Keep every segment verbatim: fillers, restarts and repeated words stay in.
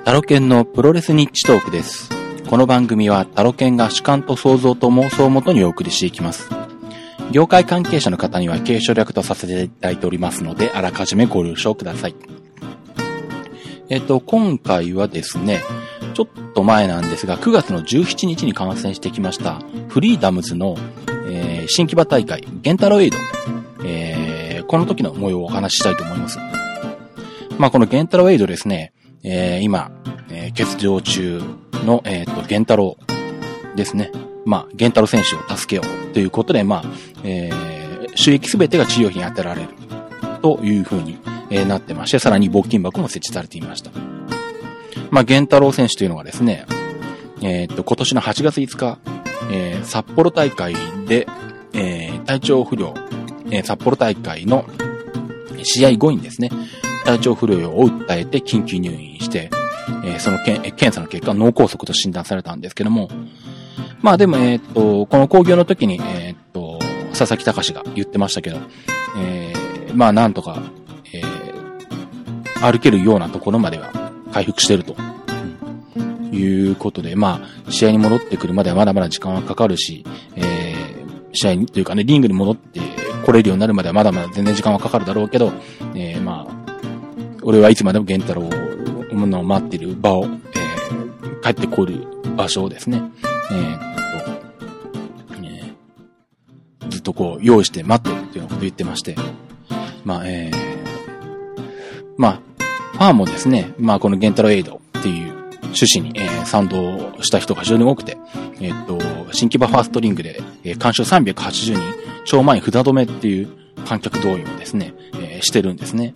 タロケンのプロレスニッチトークです。この番組はタロケンが主観と想像と妄想をもとにお送りしていきます。業界関係者の方には継承略とさせていただいておりますので、あらかじめご了承ください。えっと、今回はですね、ちょっと前なんですが、くがつのじゅうしちにちに観戦してきましたフリーダムズの、えー、新木場大会ゲンタロエイド、えー、この時の模様をお話ししたいと思います。まあこのゲンタロエイドですね、えー、今、えー、欠場中の、えっと、ゲンタロですね。まあ、ゲンタロ選手を助けようということで、まあ、えー、収益すべてが治療費に当てられるという風に、えー、なってまして、さらに募金箱も設置されていました。まあ、ゲンタロ選手というのがですね、えっと、今年のはちがついつか、えー、札幌大会で、えー、体調不良、えー、札幌大会の試合後にですね、体調不良を訴えて緊急入院して、えー、そのけん検査の結果脳梗塞と診断されたんですけども、まあでも、えー、っと、この興行の時に、えー、っと、佐々木隆が言ってましたけど、えー、まあなんとか、えー、歩けるようなところまでは回復してると、うん、いうことで、まあ試合に戻ってくるまではまだまだ時間はかかるし、えー、試合にというかね、リングに戻って来れるようになるまではまだまだ全然時間はかかるだろうけど、えー、まあ、俺はいつまでもゲンタロウのを待っている場を、えー、帰ってこる場所をですね、えー、っと、えー、ずっとこう用意して待ってるっていうようなことを言ってまして、まあ、えー、まあ、ファンもですね、まあこのゲンタロウエイドっていう趣旨に、えー、賛同した人が非常に多くて、えー、っと、新木場ファーストリングで、えー、観衆さんびゃくはちじゅうにん、超満員札止めっていう観客動員をですね、えー、してるんですね。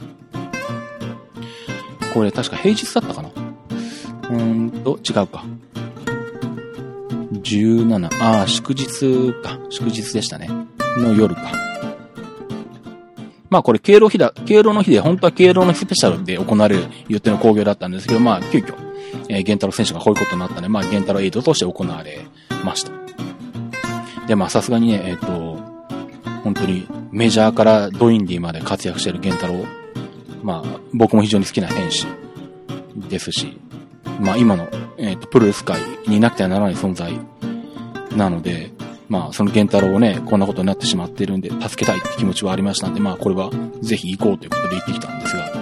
これ確か平日だったかな？うーんと、違うか。じゅうしち、ああ、祝日か。祝日でしたね。の夜か。まあこれ敬老日だ、敬老の日で、本当は敬老の日スペシャルで行われる予定の興行だったんですけど、まあ急遽、えー、ゲンタロウ選手がこういうことになったので、まあゲンタロウエイドとして行われました。で、まあさすがにね、えっと、本当にメジャーからドインディーまで活躍しているゲンタロウ、まあ、僕も非常に好きな選手ですし、まあ今の、えっと、プロレス界になくてはならない存在なので、まあそのゲンタロウをね、こんなことになってしまっているんで、助けたいって気持ちはありましたんで、まあこれはぜひ行こうということで行ってきたんですが、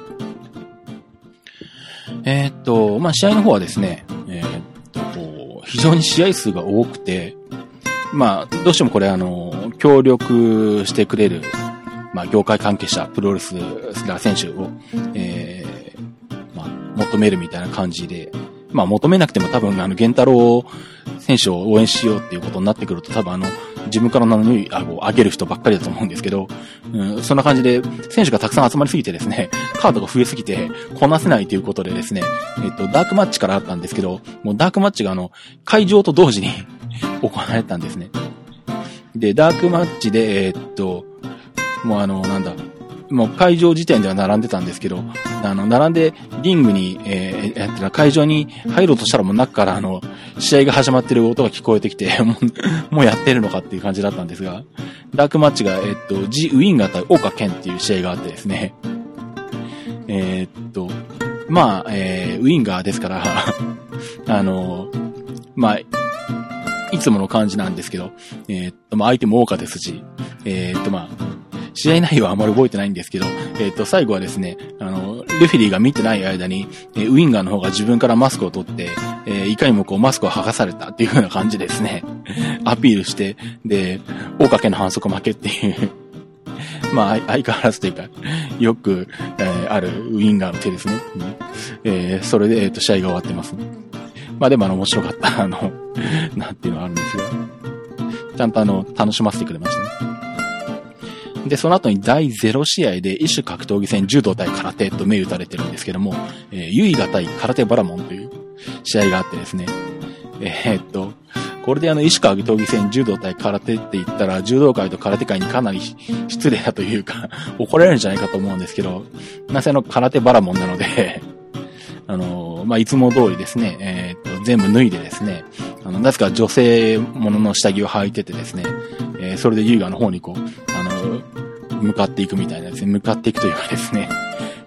えっと、まあ試合の方はですね、えっと、こう、非常に試合数が多くて、まあどうしてもこれあの、協力してくれる、まあ、業界関係者、プロレスラー選手を、えー、まあ、求めるみたいな感じで、まあ、求めなくても多分、あの、ゲンタロウ選手を応援しようっていうことになってくると、多分あの、自分から名乗りを上げる人ばっかりだと思うんですけど、うん、そんな感じで、選手がたくさん集まりすぎてですね、カードが増えすぎて、こなせないということでですね、えっと、ダークマッチからあったんですけど、もうダークマッチがあの、会場と同時に行われたんですね。で、ダークマッチで、えー、っと、もうあの、なんだ、もう会場時点では並んでたんですけど、あの、並んでリングに、えー、やってた会場に入ろうとしたらもう中からあの、試合が始まってる音が聞こえてきて、もう、もうやってるのかっていう感じだったんですが、ダークマッチが、えー、っと、ジ・ウィンガー対オカケンっていう試合があってですね、えー、っと、まあ、えー、ウィンガーですから、あの、まあ、いつもの感じなんですけど、えー、っと、まあ、相手もオカですし、えー、っと、まあ、試合内容はあまり覚えてないんですけど、えっと、最後はですね、あの、レフェリーが見てない間に、えー、ウィンガーの方が自分からマスクを取って、えー、いかにもこうマスクを剥がされたっていう風な感じですね、アピールして、で、大掛けの反則負けっていう、まあ、相変わらずというか、よく、えー、あるウィンガーの手ですね。うん、えー、それで、えっと、試合が終わってます。まあでもあの、面白かった、あの、なんていうのがあるんですが、ちゃんとあの、楽しませてくれましたね。で、その後にだいゼロ試合で異種格闘技戦柔道対空手と銘打たれてるんですけども、えー、ユイガ対空手バラモンという試合があってですね、えー、っと、これであの異種格闘技戦柔道対空手って言ったら柔道界と空手界にかなり失礼だというか怒られるんじゃないかと思うんですけど、なぜあの空手バラモンなのであの、まあ、いつも通りですね、えー、っと、全部脱いでですね、あの、なぜか女性ものの下着を履いててですね、えー、それでユイガの方にこう、あの、向かっていくみたいなですね、向かっていくというかですね、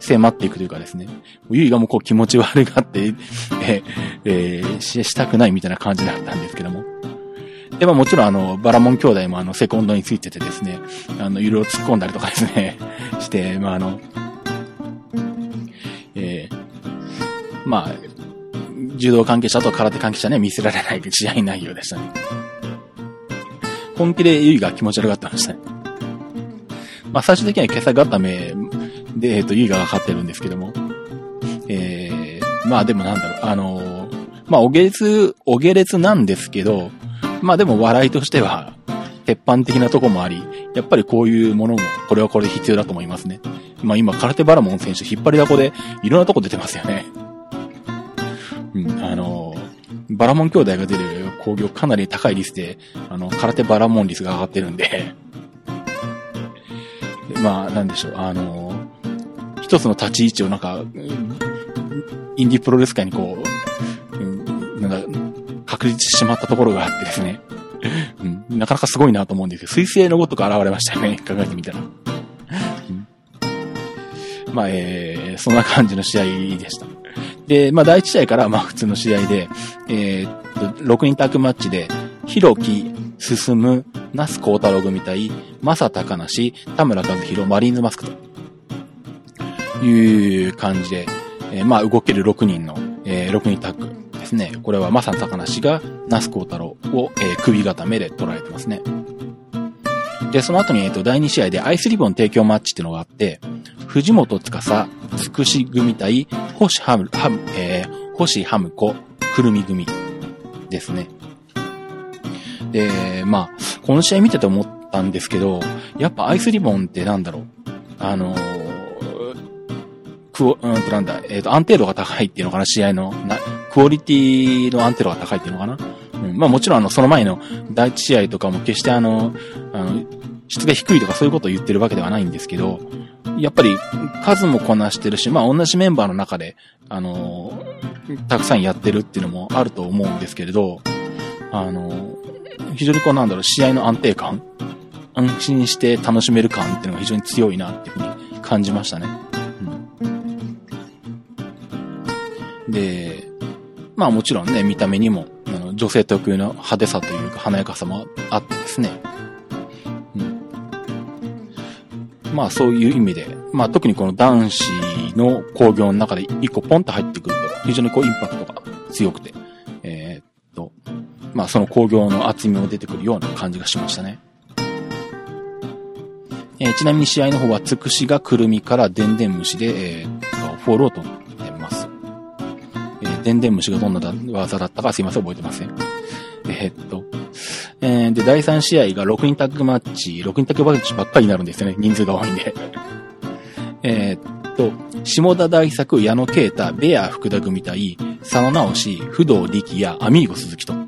迫っていくというかですね、ゆいがもうこう気持ち悪がって、ええー、し、したくないみたいな感じだったんですけども。で、まあもちろんあの、バラモン兄弟もあの、セコンドについててですね、あの、いろいろ突っ込んだりとかですね、して、まああの、えー、まあ、柔道関係者と空手関係者には見せられない試合内容でしたね。本気でゆいが気持ち悪がってましたね。まあ最終的には今朝固めで、えっと、ゆいが勝ってるんですけども。えー、まあでもなんだろう、あのー、まあお下劣、お下劣なんですけど、まあでも笑いとしては、鉄板的なとこもあり、やっぱりこういうものも、これはこれで必要だと思いますね。まあ今、空手バラモン選手、引っ張りだこで、いろんなとこ出てますよね。うん、あのー、バラモン兄弟が出る興行かなり高い率で、あの、空手バラモン率が上がってるんで、まあ、なんでしょう、あのー、一つの立ち位置をなんか、インディプロレス界にこう、うん、なんか、確立してしまったところがあってですね、うん、なかなかすごいなと思うんですけど、彗星のごとく現れましたよね、考えてみたら。うん、まあ、えー、そんな感じの試合でした。で、まあ、第一試合から、まあ、普通の試合で、えー、っと、ろくにんタッグマッチで、ひろき、すすむ、那須幸太郎組対、正高梨、田村和弘、マリーヌマスクという感じで、えー、まあ、動けるろくにんの、えー、ろくにんタッグですね。これは正高梨が、那須幸太郎を、えー、首固めで捉えてますね。で、その後に、えっと、だいに試合でアイスリボン提供マッチっていうのがあって、藤本司、つくし組対、星ハム、ハム、えー、星ハム子、くるみ組ですね。で、まあ、この試合見てて思ったんですけど、やっぱアイスリボンってなんだろう。あのー、クオ、うんとなんだ、えっと、安定度が高いっていうのかな、試合の、な、クオリティの安定度が高いっていうのかな。うん、まあもちろんあの、その前の第一試合とかも決してあの、あの、質が低いとかそういうことを言ってるわけではないんですけど、やっぱり数もこなしてるし、まあ同じメンバーの中で、あのー、たくさんやってるっていうのもあると思うんですけれど、あのー、非常にこうなんだろう、試合の安定感、安心して楽しめる感っていうのが非常に強いなっていうふうに感じましたね。うん、で、まあもちろんね、見た目にも、あの女性特有の派手さというか華やかさもあってですね、まあそういう意味で、まあ特にこの男子の興行の中で一個ポンと入ってくると非常にこうインパクトが強くて、えー、っと、まあその興行の厚みも出てくるような感じがしましたね。えー、ちなみに試合の方はつくしがくるみからでんでん虫で、えー、っと、フォールを取ってます。えー、でんでん虫がどんな技だったかすいません、覚えてません。えー、っと、えー、で、だいさん試合がろくにんタッグマッチ、ろくにんタッグマッチばっかりになるんですよね。人数が多いんで。えーっと、下田大作、矢野啓太、ベア福田組対、佐野直し、不動力也、アミーゴ鈴木と。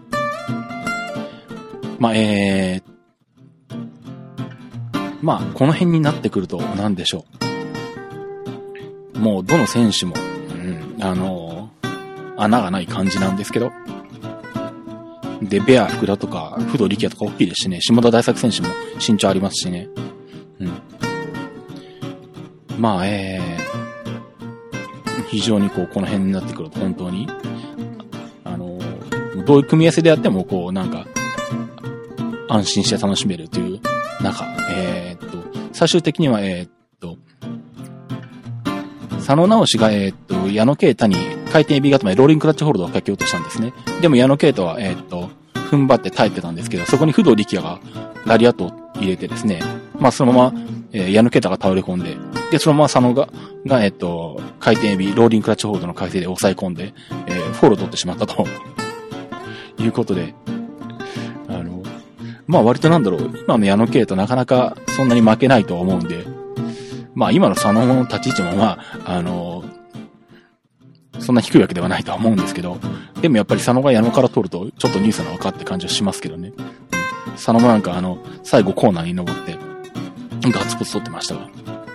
まあ、えー、まあ、この辺になってくると、なんでしょう。もう、どの選手も、うん、あのー、穴がない感じなんですけど、で、ベア福田とか、不動力也とか大きいですしね、下田大作選手も身長ありますしね。うん。まあ、えー、非常にこう、この辺になってくると本当に、あの、どういう組み合わせでやってもこう、なんか、安心して楽しめるという中、えー、っと、最終的には、えー、っと、佐野直しが、えー、っと、矢野啓太に回転エビ固めローリングクラッチホールドをかけようとしたんですね。でも矢野啓太は、えー、っと、踏ん張って耐えてたんですけど、そこに不動力也がラリアットを入れてですね、まあそのまま、えー、矢野啓太が倒れ込んで、で、そのまま佐野が、が、えー、っと、回転エビ、ローリングクラッチホールドの回転で抑え込んで、えー、フォールを取ってしまったということで、あの、まあ割となんだろう、今の矢野啓太なかなかそんなに負けないと思うんで、まあ今の佐野の立ち位置もまあ、あの、そんな低いわけではないとは思うんですけど、でもやっぱり佐野が矢野から取るとちょっとニュースなのかって感じはしますけどね。佐野もなんかあの、最後コーナーに登って、ガッツポツ取ってましたが。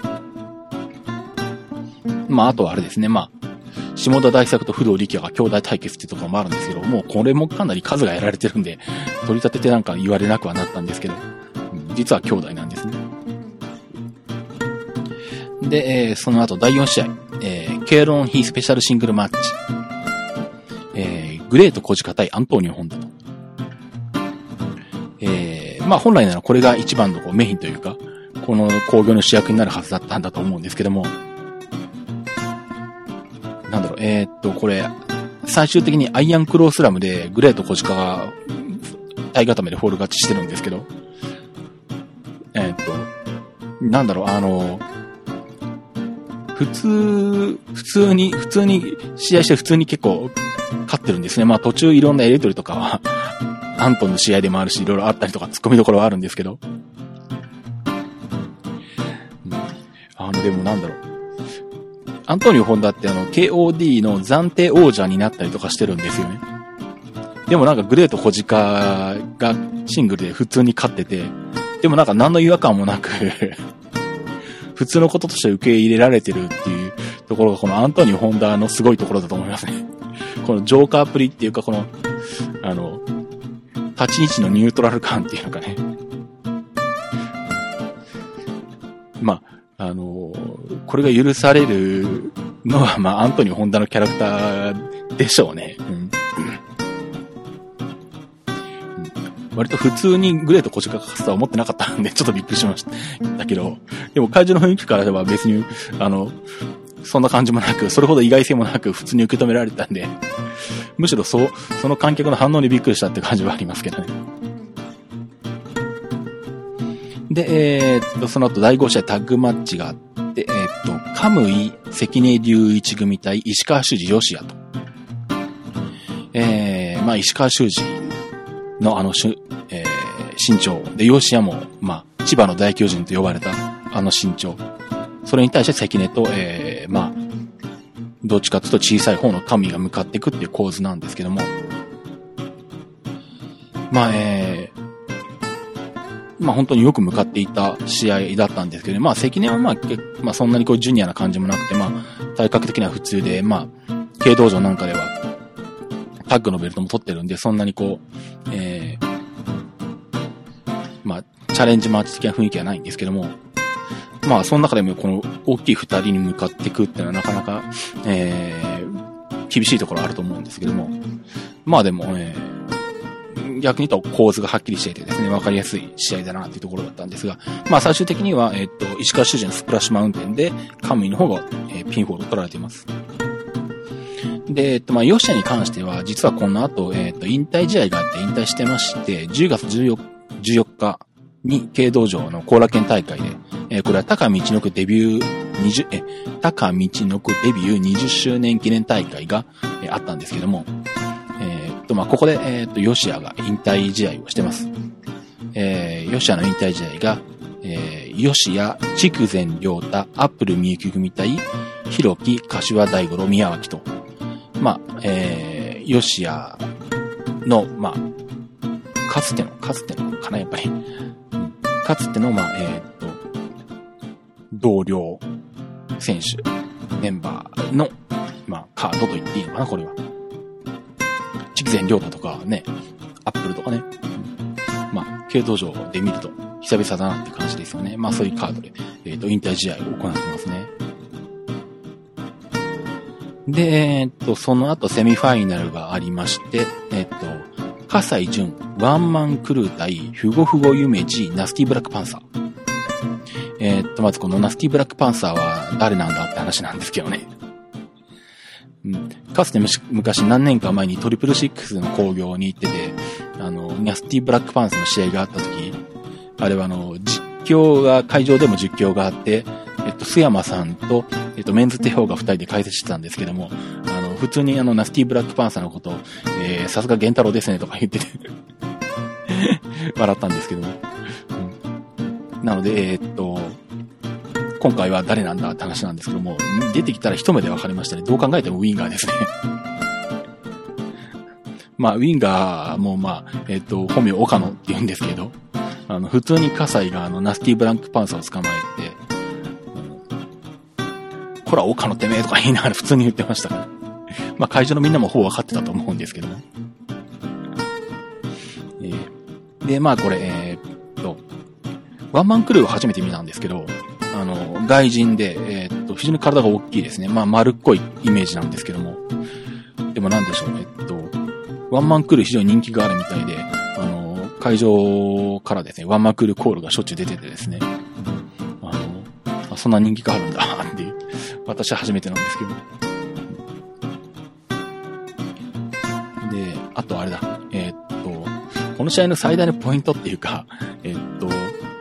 まああとはあれですね、まあ、下田大作と不動力也が兄弟対決っていうところもあるんですけど、もうこれもかなり数がやられてるんで、取り立ててなんか言われなくはなったんですけど、実は兄弟なんですね。 で、えー、その後だいよん試合、えー、ケイロンヒースペシャルシングルマッチ、えー、グレート小鹿対アントニオ・ホンダと。えー、まあ本来ならこれが一番のこうメインというか、この興行の主役になるはずだったんだと思うんですけども、なんだろう、えー、っと、これ、最終的にアイアンクロースラムでグレート小鹿が体固めでフォール勝ちしてるんですけど、えー、っと、なんだろう、あの、普通、普通に、普通に試合して普通に結構勝ってるんですね。まあ途中いろんなエレトリとかは、アントンの試合でもあるし、いろいろあったりとか突っ込みどころはあるんですけど、あの、でもなんだろう。アントニオ・ホンダってあの、ケーオーディー の暫定王者になったりとかしてるんですよね。でもなんかグレート小鹿がシングルで普通に勝ってて、でもなんか何の違和感もなく、普通のこととして受け入れられてるっていうところがこのアントニオ・ホンダのすごいところだと思いますね。このジョーカープリっていうかこの、あの、立ち位置のニュートラル感っていうのかね。まあ、あの、これが許されるのは、まあ、アントニオ・ホンダのキャラクターでしょうね。うん、割と普通にグレート小鹿が勝つとは思ってなかったんで、ちょっとびっくりしました。だけど、でも会場の雰囲気からでは別に、あの、そんな感じもなく、それほど意外性もなく、普通に受け止められたんで、むしろそう、その観客の反応にびっくりしたって感じはありますけどね。で、えー、っと、その後だいご試合タッグマッチがあって、えー、っと、カムイ関根隆一組対石川修司吉谷と。えー、まあ石川修司のあのしゅ、えー、身長で、吉谷も、まあ、千葉の大巨人と呼ばれたあの身長。それに対して関根と、えー、まあ、どっちかというと小さい方の神が向かっていくっていう構図なんですけども。まあ、えー、まあ本当によく向かっていた試合だったんですけど、まあ関根はまあ、まあそんなにこうジュニアな感じもなくて、まあ体格的には普通で、まあ、軽道場なんかではタッグのベルトも取ってるんで、そんなにこう、えー、まあチャレンジマッチ的な雰囲気はないんですけども、まあその中でもこの大きい二人に向かっていくっていうのはなかなか、えー、厳しいところあると思うんですけども、まあでも、えー逆に言うと構図がはっきりしていてですね、わかりやすい試合だなというところだったんですが、まあ最終的には、えっと、石川修司のスプラッシュマウンテンで、カムイの方が、えー、ピンフォールを取られています。で、えっと、まあ、吉谷に関しては、実はこの後、えっと、引退試合があって引退してまして、じゅうがつじゅうよっかに、軽道場の後楽園大会で、えー、これは高道のくデビューにじゅう、え、高道のくデビューにじゅっしゅうねん記念大会が、えー、あったんですけども、えー、っと、まあ、ここで、えー、っと、吉谷が引退試合をしてます。えー、吉谷の引退試合が、えー、吉谷、筑前良太、アップルみゆき組対、広木、柏大五郎、宮脇と、まあ、えー、吉谷の、まあ、かつての、かつてのかな、やっぱり、かつての、まあ、えー、っと、同僚、選手、メンバーの、まあ、カードと言っていいのかな、これは。筑前良太とかね、アップルとかね、まあ、軽道場で見ると久々だなって感じですよね。まあそういうカードで、えっと、引退試合を行ってますね。で、えっと、その後セミファイナルがありまして、えっと、葛西潤、ワンマンクルー対、フゴフゴ夢二、ナスティブラックパンサー。えっと、まずこのナスティブラックパンサーは誰なんだって話なんですけどね。うん、かつて昔何年か前にトリプルシックスの興行に行ってて、あの、ナスティブラックパンサーの試合があった時、あれはあの、実況が、会場でも実況があって、えっと、須山さんと、えっと、メンズテホが二人で解説してたんですけども、あの、普通にあの、ナスティブラックパンサーのことを、えー、さすが源太郎ですねとか言ってて、笑ったんですけども。うん、なので、えー、っと、今回は誰なんだって話なんですけども、出てきたら一目で分かりましたね。どう考えてもウィンガーですね。まあ、ウィンガーもまあ、えっと、本名岡野って言うんですけど、あの、普通に葛西があの、ナスティブラックパンサーを捕まえて、うん、こら、岡野てめえとか言いながら普通に言ってましたから。まあ、会場のみんなもほぼ分かってたと思うんですけども。えー、で、まあ、これ、えー、っと、ワンマンクルーを初めて見たんですけど、 あの、外人で、えー、っと、非常に体が大きいですね。まあ、丸っこいイメージなんですけども。でもなんでしょうね。えっと、ワンマンクール非常に人気があるみたいで、あの、会場からですね、ワンマンクールコールがしょっちゅう出ててですね。あの、あそんな人気があるんだっていう。私は初めてなんですけど。で、あとあれだ。えー、っと、この試合の最大のポイントっていうか、えー、っと、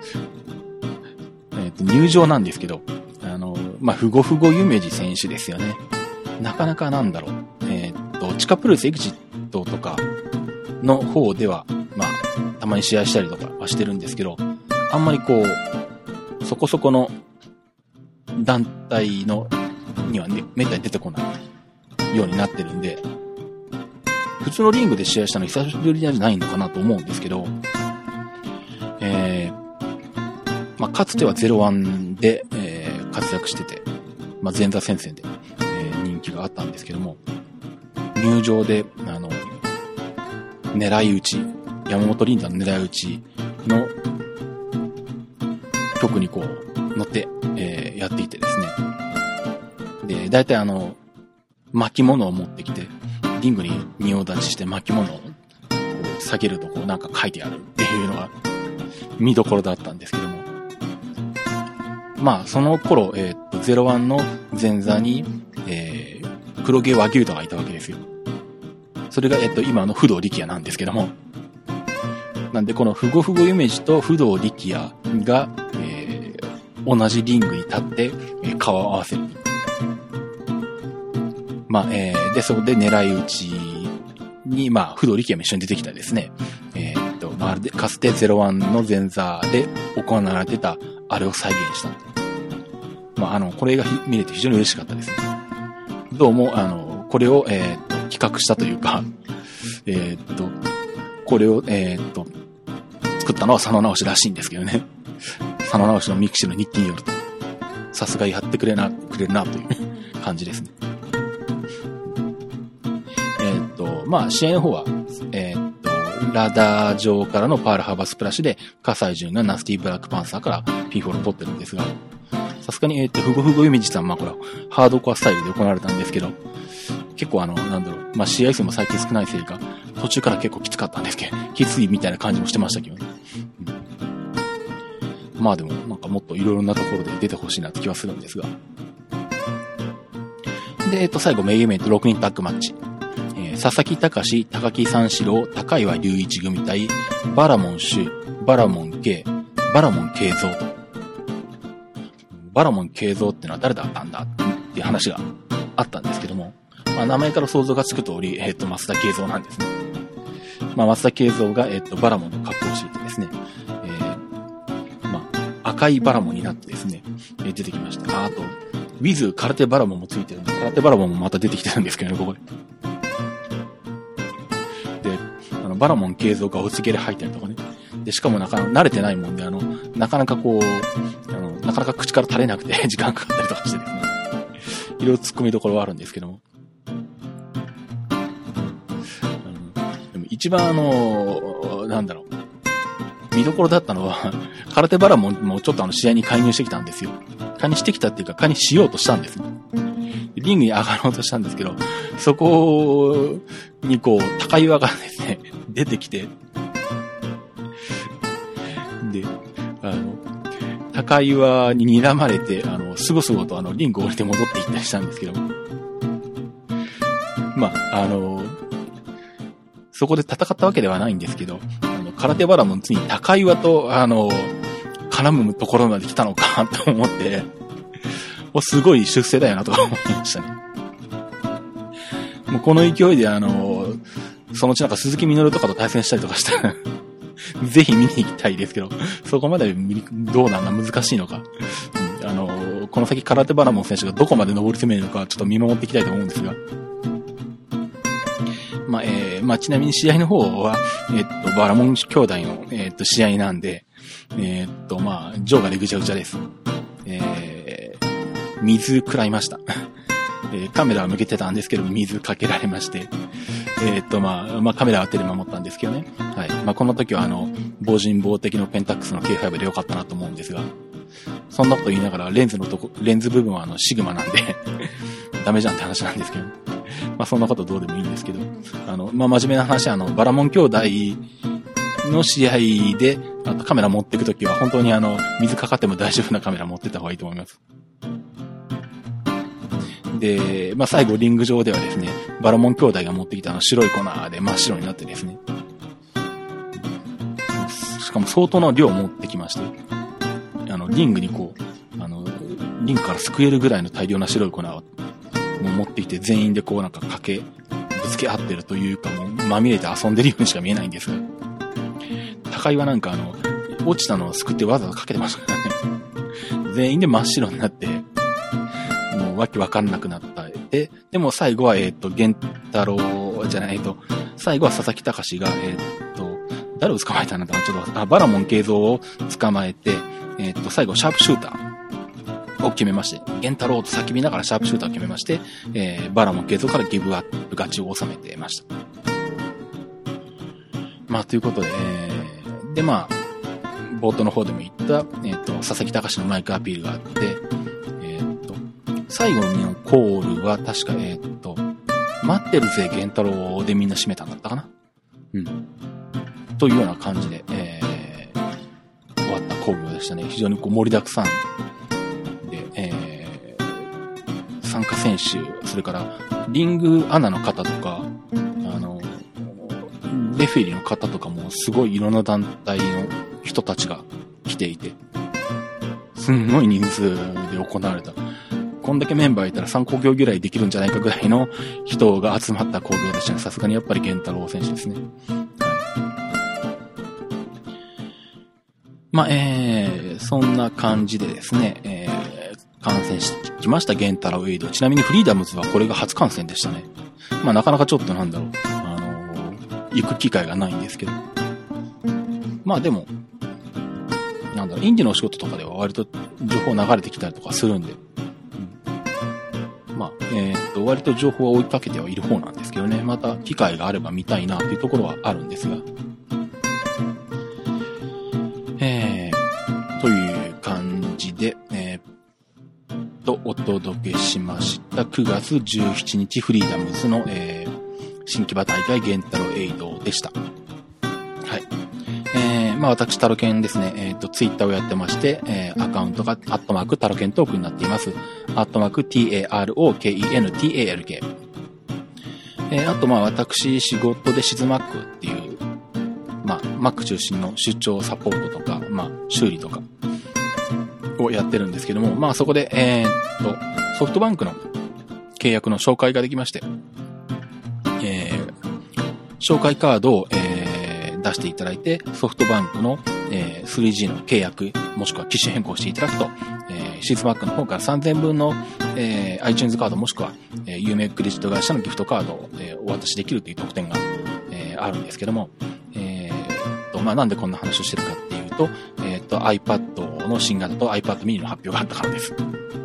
えー、っと、入場なんですけど、あの、まあ、ふごふごゆめじ選手ですよね。なかなかなんだろう。えー、っと、地下プロレスエグジットとかの方では、まあ、たまに試合したりとかはしてるんですけど、あんまりこう、そこそこの団体のにはね、めったに出てこないようになってるんで、普通のリングで試合したの久しぶりじゃないのかなと思うんですけど、えー、まあ、かつてはゼロワンで、えー、活躍してて、まあ、前座戦線で、えー、人気があったんですけども、入場で、あの、狙い撃ち、山本リンダの狙い撃ちの曲にこう、乗って、えー、やっていてですね。で、大体あの、巻物を持ってきて、リングに仁王立ちして巻物を下げるとこうなんか書いてあるっていうのが見どころだったんですけども。まあ、その頃、えー、っと、ゼロワンの前座に、えー、黒毛和牛とがいたわけですよ。それが、えー、っと、今の不動力也なんですけども。なんで、このふごふごゆめじと不動力也が、えー、同じリングに立って、えー、顔を合わせる。まあ、えー、で、そこで狙い撃ちに、まあ、不動力也も一緒に出てきたですね。えー、っと、まあ、で、かつてゼロワンの前座で行われてた、あれを再現した。まあ、あの、これが見れて非常に嬉しかったですね。どうも、あの、これを、えー、っと、企画したというか、えー、っと、これを、えー、っと、作ったのは佐野直しらしいんですけどね。佐野直しのミクシーの日記によると、さすがやってくれな、くれるなという感じですね。まあ、試合の方は、えー、っと、ラダー上からのパールハーバースプラッシュで、葛西潤がナスティブラックパンサーからピーフォールを取ってるんですが、さすがに、えー、っと、ふごふごゆめじさん、まあこれはハードコアスタイルで行われたんですけど、結構あの、なんだろう、まあ試合数も最近少ないせいか、途中から結構きつかったんですけど、きついみたいな感じもしてましたけどね。うん、まあでも、なんかもっといろいろなところで出てほしいなって気はするんですが。で、えー、っと、最後、メインイベントろくにんタッグマッチ。佐々木隆、高木三四郎、高岩隆一組対、バラモンシュ、バラモン慶、バラモン慶三と。バラモン慶三ってのは誰だったんだっていう話があったんですけども、まあ名前から想像がつく通り、えっと、増田慶三なんですね。まあ増田慶三が、えっと、バラモンの格好をしていてですね、えー、まあ、赤いバラモンになってですね、えー、出てきました。あ、あと、ウィズ空手バラモンもついてるんで、空手バラモンもまた出てきてるんですけどね、ここで。バラモン慶三がお告げで入ったりとかね。で、しかもなかなか慣れてないもんで、あの、なかなかこう、あの、なかなか口から垂れなくて時間かかったりとかしてですね。いろいろ突っ込みどころはあるんですけども。でも一番あの、なんだろう。見どころだったのは、空手バラモンもちょっとあの試合に介入してきたんですよ。介入してきたっていうか、介入しようとしたんですね。リングに上がろうとしたんですけど、そこにこう、高岩がですね、出てきて、で、あの、高岩に睨まれて、あの、すごすごとあの、リングを降りて戻っていったりしたんですけど、まあ、あの、そこで戦ったわけではないんですけど、あの、空手バラモンついに高岩と、あの、絡むところまで来たのかと思って、すごい出世だよなとか思いましたね。もうこの勢いであの、そのうちなんか鈴木みのるとかと対戦したりとかしたら、ぜひ見に行きたいですけど、そこまでどうなんだ難しいのか。うん、あの、この先空手バラモン選手がどこまで上り攻めるのかちょっと見守っていきたいと思うんですが。まあ、えー、まあ、ちなみに試合の方は、えっと、バラモン兄弟の、えっと、試合なんで、えっと、まあ、場外でぐちゃぐちゃです。えー、水食らいました。えー、カメラは向けてたんですけど、水かけられまして、えっと、まあ、まあ、カメラは手で守ったんですけどね。はい。まあ、この時は、あの、防人防的のペンタックスの ケーファイブ でよかったなと思うんですが、 そんなこと言いながらレンズのとこ、レンズ部分はあのシグマなんでダメじゃんって話なんですけど、まあそんなことどうでもいいんですけど、あの、まあ真面目な話はあの、バラモン兄弟の試合で、あとカメラ持っていくときは本当にあの、水かかっても大丈夫なカメラ持ってった方がいいと思います。で、まあ最後リング上ではですね、バラモン兄弟が持ってきたあの白い粉で真っ白になってですね、しかも相当な量を持ってきまして、あの、リングにこう、あの、リングからすくえるぐらいの大量な白い粉をもう持ってきて全員でこうなんかかけ、ぶつけ合ってるというかもうまみれて遊んでるようにしか見えないんですが、高井はなんかあの、落ちたのをすくってわざわざかけてましたからね。全員で真っ白になって、もうわけわかんなくなった。で、でも最後は、えっと、源太郎じゃない、えっと、最後は佐々木隆が、えっと、誰を捕まえたんだったかちょっと、あ、バラモン慶三を捕まえて、えっと、最後、シャープシューターを決めまして、源太郎と叫びながらシャープシューターを決めまして、えー、バラモン慶三からギブアップ勝ちを収めてました。まあ、ということで、えー、で、まあ、冒頭の方でも言った、えっと、佐々木隆のマイクアピールがあって、えっと、最後のコールは確か、えっと、待ってるぜ、源太郎でみんな締めたんだったかな。うん。というような感じで、えー、終わった興行でしたね。非常にこう盛りだくさんで、えー、参加選手、それから、リングアナの方とか、あの、レフェリーの方とかもすごいいろんな団体の人たちが来ていて、すんごい人数で行われた。こんだけメンバーいたらさん興行ぐらいできるんじゃないかぐらいの人が集まった興行でしたね。さすがにやっぱり源太郎選手ですね。まあ、えー、そんな感じでですね、えー、観戦してきました源太郎エイド。ちなみにフリーダムズはこれが初観戦でしたね。まあなかなかちょっとなんだろう、あのー、行く機会がないんですけど。まあでも、なんだろう、インディのお仕事とかでは割と情報流れてきたりとかするんで、うん、まあ、えー、っと、割と情報は追いかけてはいる方なんですけどね、また機会があれば見たいなというところはあるんですが、えー、という感じで、えー、と、お届けしましたくがつじゅうしちにちフリーダムズの、えー、新木場大会源太郎エイドでした。はい。えー、まあ私、タロケンですね、えっと、ツイッターをやってまして、えー、アカウントが、アットマーク、タロケントークになっています。アットマーク、ティーエーアールオーケーイーエヌティーエーエルケー。えー、あと、まあ私、仕事でシズマックっていう、まあ、Mac 中心の出張サポートとか、まあ、修理とかをやってるんですけども、まあそこで、えー、っと、ソフトバンクの契約の紹介ができまして、えー、紹介カードを、えー、出していただいて、ソフトバンクの、えー、スリージー の契約、もしくは機種変更していただくと、えー、シーズマックの方からさんぜんぶんの、えー、iTunes カードもしくは、えー、有名クレジット会社のギフトカードを、えー、お渡しできるという特典が、えー、あるんですけども、えー、と、まあ、なんでこんな話をしてるかっていうと、えー、と、iPad の新型と iPad mini の発表があったからです。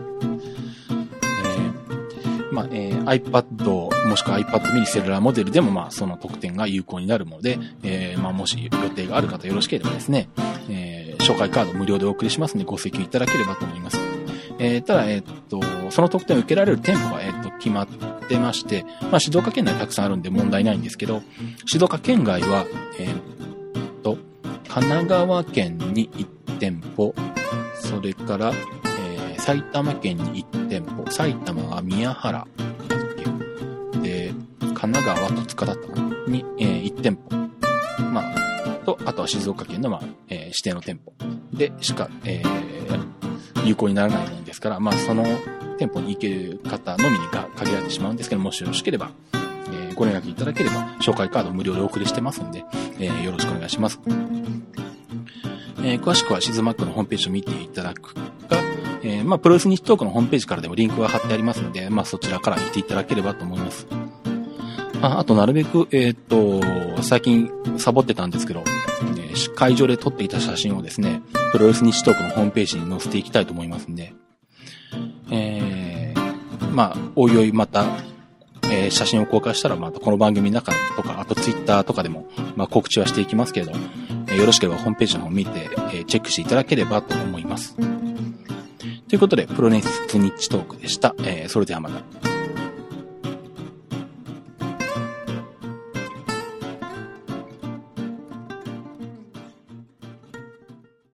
まあえー、iPad もしくは iPad mini セルラーモデルでもまあその特典が有効になるので、えー、まあもし予定がある方よろしければですね、えー、紹介カード無料でお送りしますのでご請求いただければと思います。えー、ただえっとその特典を受けられる店舗がえっと決まってまして、まあ静岡県内たくさんあるんで問題ないんですけど、静岡県外はえー、っと神奈川県にいってんぽ、それから埼玉県にいってんぽ、埼玉は宮原だっけで、神奈川は戸塚だったかなに、えー、いってんぽ。まあ、と、あとは静岡県の、まあ、えー、指定の店舗でしか、えー、有効にならないものですから、まあ、その店舗に行ける方のみにが限られてしまうんですけど、もしよろしければ、えー、ご連絡いただければ、紹介カード無料でお送りしてますんで、えー、よろしくお願いします。えー、詳しくはシズマックのホームページを見ていただくか、えー、まあ、プロレス日トークのホームページからでもリンクが貼ってありますので、まあ、そちらから見ていただければと思います。あ, あと、なるべく、えっと、最近サボってたんですけど、えー、会場で撮っていた写真をですね、プロレス日トークのホームページに載せていきたいと思いますんで、えー、まあ、おいおいまた、えー、写真を公開したら、またこの番組の中とか、あとツイッターとかでも、まあ、告知はしていきますけれども、えー、よろしければホームページの方を見て、えー、チェックしていただければと思います。 ということで、プロレスニッチトークでした。えー、それではまた。